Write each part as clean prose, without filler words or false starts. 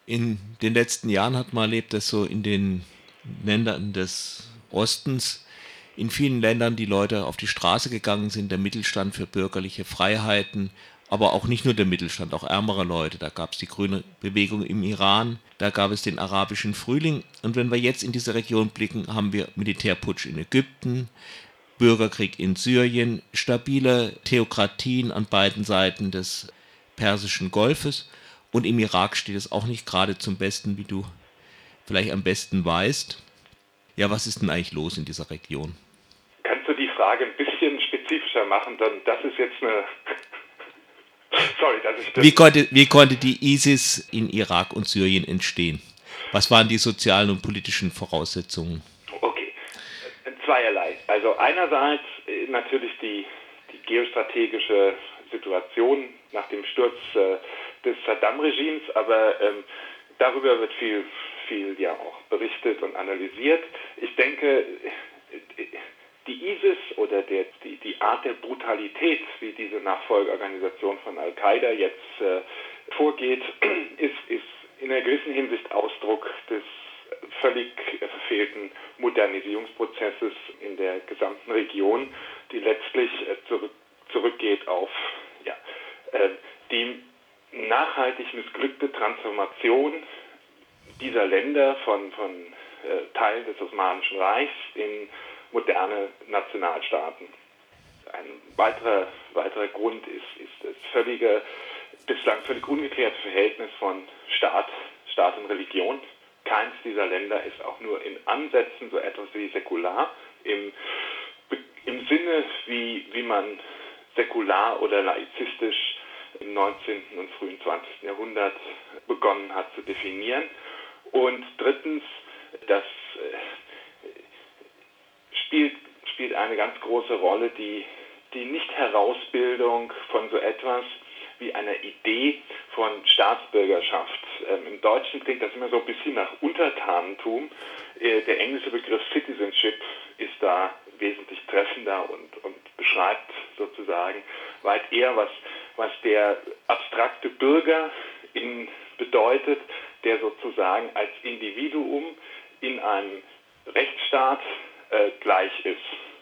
In den letzten Jahren hat man erlebt, dass so in den Ländern des Ostens, in vielen Ländern die Leute auf die Straße gegangen sind, der Mittelstand für bürgerliche Freiheiten, aber auch nicht nur der Mittelstand, auch ärmere Leute. Da gab es die grüne Bewegung im Iran, da gab es den arabischen Frühling. Und wenn wir jetzt in diese Region blicken, haben wir Militärputsch in Ägypten, Bürgerkrieg in Syrien, stabile Theokratien an beiden Seiten des Persischen Golfes. Und im Irak steht es auch nicht gerade zum Besten, wie du vielleicht am besten weißt. Ja, was ist denn eigentlich los in dieser Region? Kannst du die Frage ein bisschen spezifischer machen? Dann das ist jetzt eine... Sorry, dass ich das... Wie konnte die ISIS in Irak und Syrien entstehen? Was waren die sozialen und politischen Voraussetzungen? Okay, zweierlei. Also einerseits natürlich die geostrategische Situation nach dem Sturz des Saddam-Regimes, aber darüber wird viel ja auch berichtet und analysiert. Ich denke, die ISIS oder die Art der Brutalität, wie diese Nachfolgeorganisation von Al-Qaida jetzt vorgeht, ist in einer gewissen Hinsicht Ausdruck des völlig verfehlten Modernisierungsprozesses in der gesamten Region, die letztlich zurückgeht auf die nachhaltig missglückte Transformation dieser Länder von Teilen des Osmanischen Reichs in moderne Nationalstaaten. Ein weiterer Grund ist das bislang völlig ungeklärte Verhältnis von Staat und Religion. Keins dieser Länder ist auch nur in Ansätzen so etwas wie säkular, im Sinne, wie man säkular oder laizistisch im 19. und frühen 20. Jahrhundert begonnen hat zu definieren. Und drittens, das spielt eine ganz große Rolle, die Nicht-Herausbildung von so etwas wie einer Idee von Staatsbürgerschaft. Im Deutschen klingt das immer so ein bisschen nach Untertanentum. Der englische Begriff Citizenship ist da wesentlich treffender und beschreibt sozusagen weit eher, was der abstrakte Bürger bedeutet, der sozusagen als Individuum in einem Rechtsstaat gleich ist.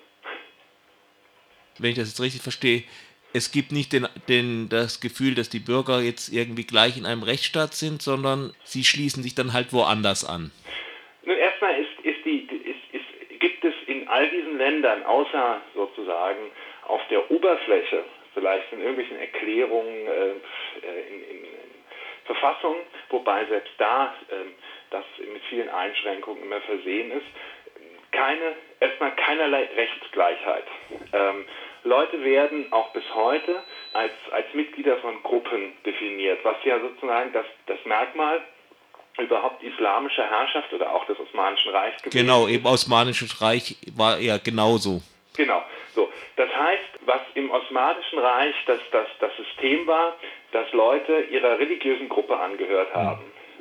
Wenn ich das jetzt richtig verstehe, es gibt nicht das Gefühl, dass die Bürger jetzt irgendwie gleich in einem Rechtsstaat sind, sondern sie schließen sich dann halt woanders an. Nun, erstmal gibt es in all diesen Ländern, außer sozusagen auf der Oberfläche, vielleicht in irgendwelchen Erklärungen, in Verfassungen, wobei selbst da das mit vielen Einschränkungen immer versehen ist, erstmal keinerlei Rechtsgleichheit. Leute werden auch bis heute als Mitglieder von Gruppen definiert, was ja sozusagen das Merkmal überhaupt islamischer Herrschaft oder auch des Osmanischen Reichs gewesen Genau, ist. eben Osmanisches Reich war ja genauso. Genau. So. Das heißt, was im Osmanischen Reich das System war, dass Leute ihrer religiösen Gruppe angehört haben,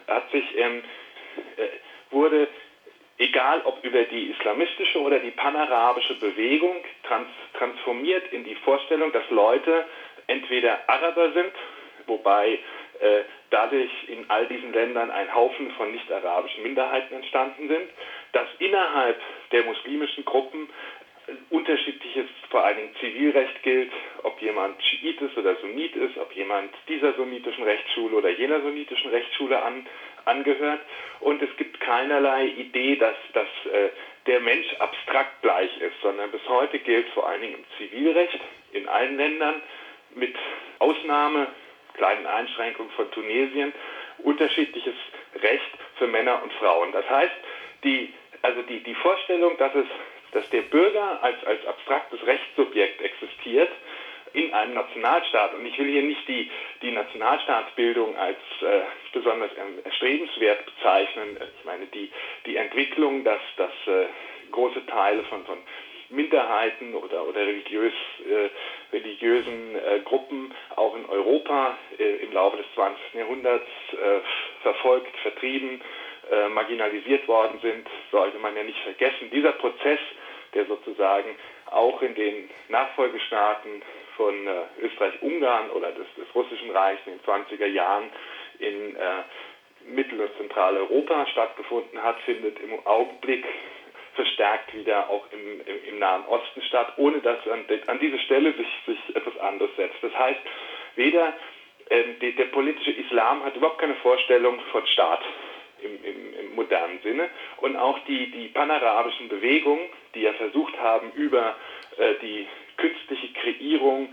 wurde, egal ob über die islamistische oder die panarabische Bewegung, transformiert in die Vorstellung, dass Leute entweder Araber sind, wobei dadurch in all diesen Ländern ein Haufen von nicht-arabischen Minderheiten entstanden sind, dass innerhalb der muslimischen Gruppen unterschiedliches, vor allen Dingen Zivilrecht gilt, ob jemand Schiit ist oder Sunnit ist, ob jemand dieser sunnitischen Rechtsschule oder jener sunnitischen Rechtsschule angehört. Und es gibt keinerlei Idee, dass der Mensch abstrakt gleich ist, sondern bis heute gilt vor allen Dingen im Zivilrecht in allen Ländern mit Ausnahme, kleinen Einschränkungen von Tunesien, unterschiedliches Recht für Männer und Frauen. Das heißt, die Vorstellung, dass der Bürger als abstraktes Rechtssubjekt existiert in einem Nationalstaat, und ich will hier nicht die Nationalstaatsbildung als besonders erstrebenswert bezeichnen. Ich meine, die Entwicklung, dass große Teile von Minderheiten oder religiösen Gruppen auch in Europa im Laufe des 20. Jahrhunderts verfolgt, vertrieben, marginalisiert worden sind, sollte man ja nicht vergessen. Dieser Prozess, der sozusagen auch in den Nachfolgestaaten von Österreich-Ungarn oder des Russischen Reichs in den 20er Jahren in Mittel- und Zentraleuropa stattgefunden hat, findet im Augenblick verstärkt wieder auch im Nahen Osten statt, ohne dass an diese Stelle sich etwas anderes setzt. Das heißt, weder der politische Islam hat überhaupt keine Vorstellung von Staat im modernen Sinne, und auch die panarabischen Bewegungen, die ja versucht haben, über die künstliche Kreierung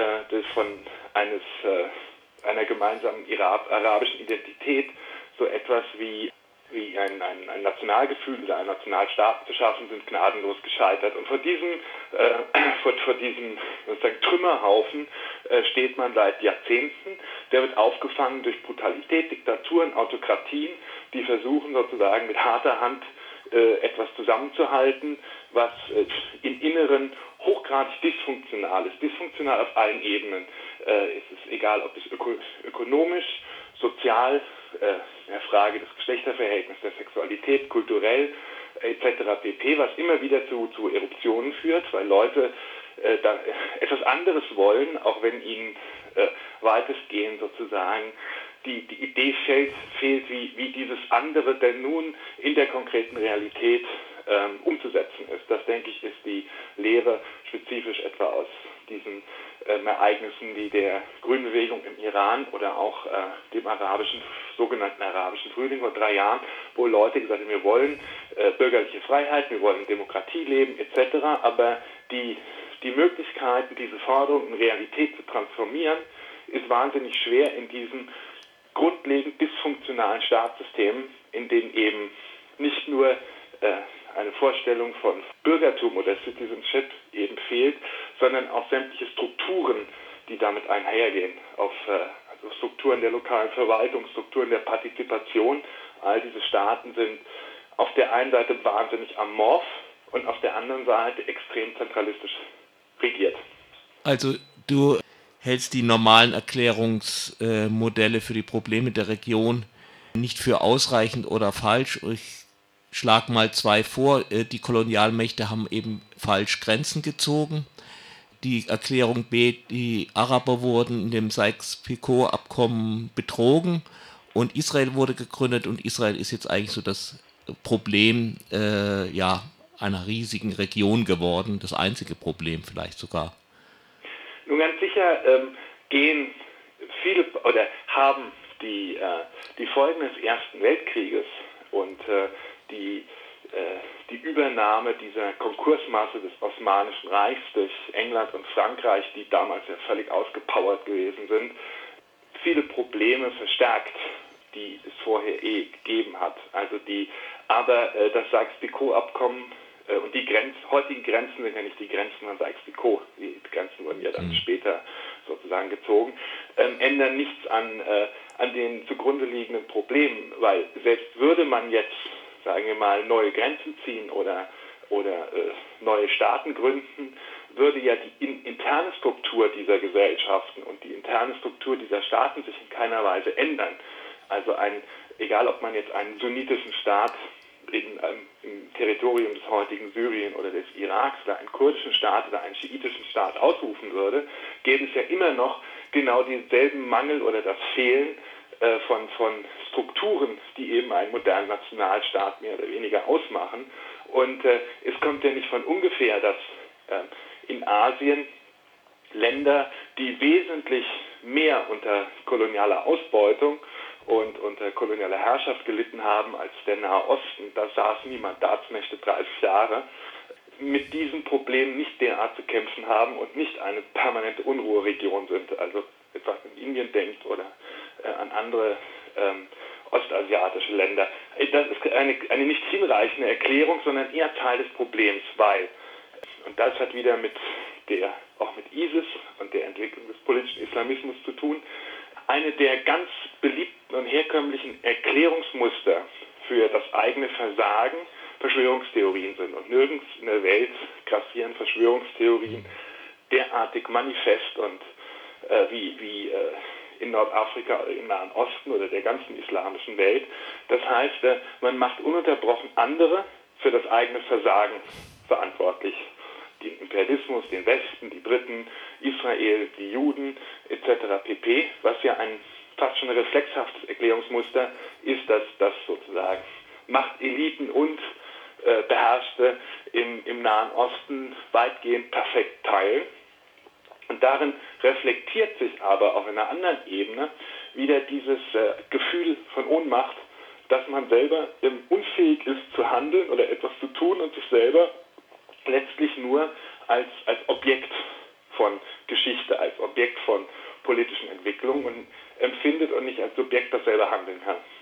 einer gemeinsamen arabischen Identität so etwas wie ein Nationalgefühl oder einen Nationalstaat zu schaffen, sind gnadenlos gescheitert. Und vor diesem sozusagen Trümmerhaufen steht man seit Jahrzehnten. Der wird aufgefangen durch Brutalität, Diktaturen, Autokratien, die versuchen sozusagen mit harter Hand etwas zusammenzuhalten, was im Inneren hochgradig dysfunktional ist. Dysfunktional auf allen Ebenen. Es ist egal, ob es ökonomisch, sozial, Frage des Geschlechterverhältnisses, der Sexualität, kulturell etc. pp., was immer wieder zu Eruptionen führt, weil Leute da etwas anderes wollen, auch wenn ihnen weitestgehend sozusagen die Idee fehlt, wie dieses andere denn nun in der konkreten Realität umzusetzen ist. Das, denke ich, ist die Lehre spezifisch etwa aus diesen Ereignissen wie der Grünen Bewegung im Iran oder auch dem sogenannten arabischen Frühling vor 3 Jahren, wo Leute gesagt haben, wir wollen bürgerliche Freiheit, wir wollen Demokratie leben etc., aber die Möglichkeiten, diese Forderungen in Realität zu transformieren, ist wahnsinnig schwer in diesen grundlegend dysfunktionalen Staatssystemen, in denen eben nicht nur eine Vorstellung von Bürgertum oder Citizenship eben fehlt, sondern auch sämtliche Strukturen, die damit einhergehen, also Strukturen der lokalen Verwaltung, Strukturen der Partizipation. All diese Staaten sind auf der einen Seite wahnsinnig amorph und auf der anderen Seite extrem zentralistisch regiert. Also du hältst die normalen Erklärungsmodelle für die Probleme der Region nicht für ausreichend oder falsch. Ich schlage mal 2 vor. Die Kolonialmächte haben eben falsch Grenzen gezogen. Die Erklärung B, die Araber wurden in dem Sykes-Picot-Abkommen betrogen und Israel wurde gegründet, und Israel ist jetzt eigentlich so das Problem einer riesigen Region geworden, das einzige Problem vielleicht sogar. Nun, ganz sicher gehen viele oder haben die Folgen des Ersten Weltkrieges und die Übernahme dieser Konkursmasse des Osmanischen Reichs durch England und Frankreich, die damals ja völlig ausgepowert gewesen sind, viele Probleme verstärkt, die es vorher gegeben hat. Aber das Sykes-Picot-Abkommen und die heutigen Grenzen sind ja nicht die Grenzen von Sykes-Picot, die Grenzen wurden ja dann später sozusagen gezogen, ändern nichts an den zugrunde liegenden Problemen, weil selbst würde man jetzt, sagen wir mal, neue Grenzen ziehen oder neue Staaten gründen, würde ja die interne Struktur dieser Gesellschaften und die interne Struktur dieser Staaten sich in keiner Weise ändern. Also egal ob man jetzt einen sunnitischen Staat im Territorium des heutigen Syrien oder des Iraks oder einen kurdischen Staat oder einen schiitischen Staat ausrufen würde, gäbe es ja immer noch genau denselben Mangel oder das Fehlen von Strukturen, die eben einen modernen Nationalstaat mehr oder weniger ausmachen. Und es kommt ja nicht von ungefähr, dass in Asien Länder, die wesentlich mehr unter kolonialer Ausbeutung und unter kolonialer Herrschaft gelitten haben als der Nahe Osten, da saßen die Mandatsmächte 30 Jahre, mit diesen Problemen nicht derart zu kämpfen haben und nicht eine permanente Unruheregion sind, also etwa an Indien denkt oder an andere ostasiatische Länder. Das ist eine nicht hinreichende Erklärung, sondern eher Teil des Problems, weil, und das hat wieder auch mit ISIS und der Entwicklung des politischen Islamismus zu tun, eine der ganz beliebten und herkömmlichen Erklärungsmuster für das eigene Versagen Verschwörungstheorien sind. Und nirgends in der Welt grassieren Verschwörungstheorien derartig manifest und wie in Nordafrika oder im Nahen Osten oder der ganzen islamischen Welt. Das heißt, man macht ununterbrochen andere für das eigene Versagen verantwortlich. Den Imperialismus, den Westen, die Briten, Israel, die Juden etc. pp., was ja ein fast schon ein reflexhaftes Erklärungsmuster ist, dass das sozusagen Machteliten und Beherrschte im Nahen Osten weitgehend perfekt teilen. Und darin reflektiert sich aber auf einer anderen Ebene wieder dieses Gefühl von Ohnmacht, dass man selber unfähig ist zu handeln oder etwas zu tun und sich selber letztlich nur als Objekt von Geschichte, als Objekt von politischen Entwicklungen empfindet und nicht als Subjekt, das selber handeln kann.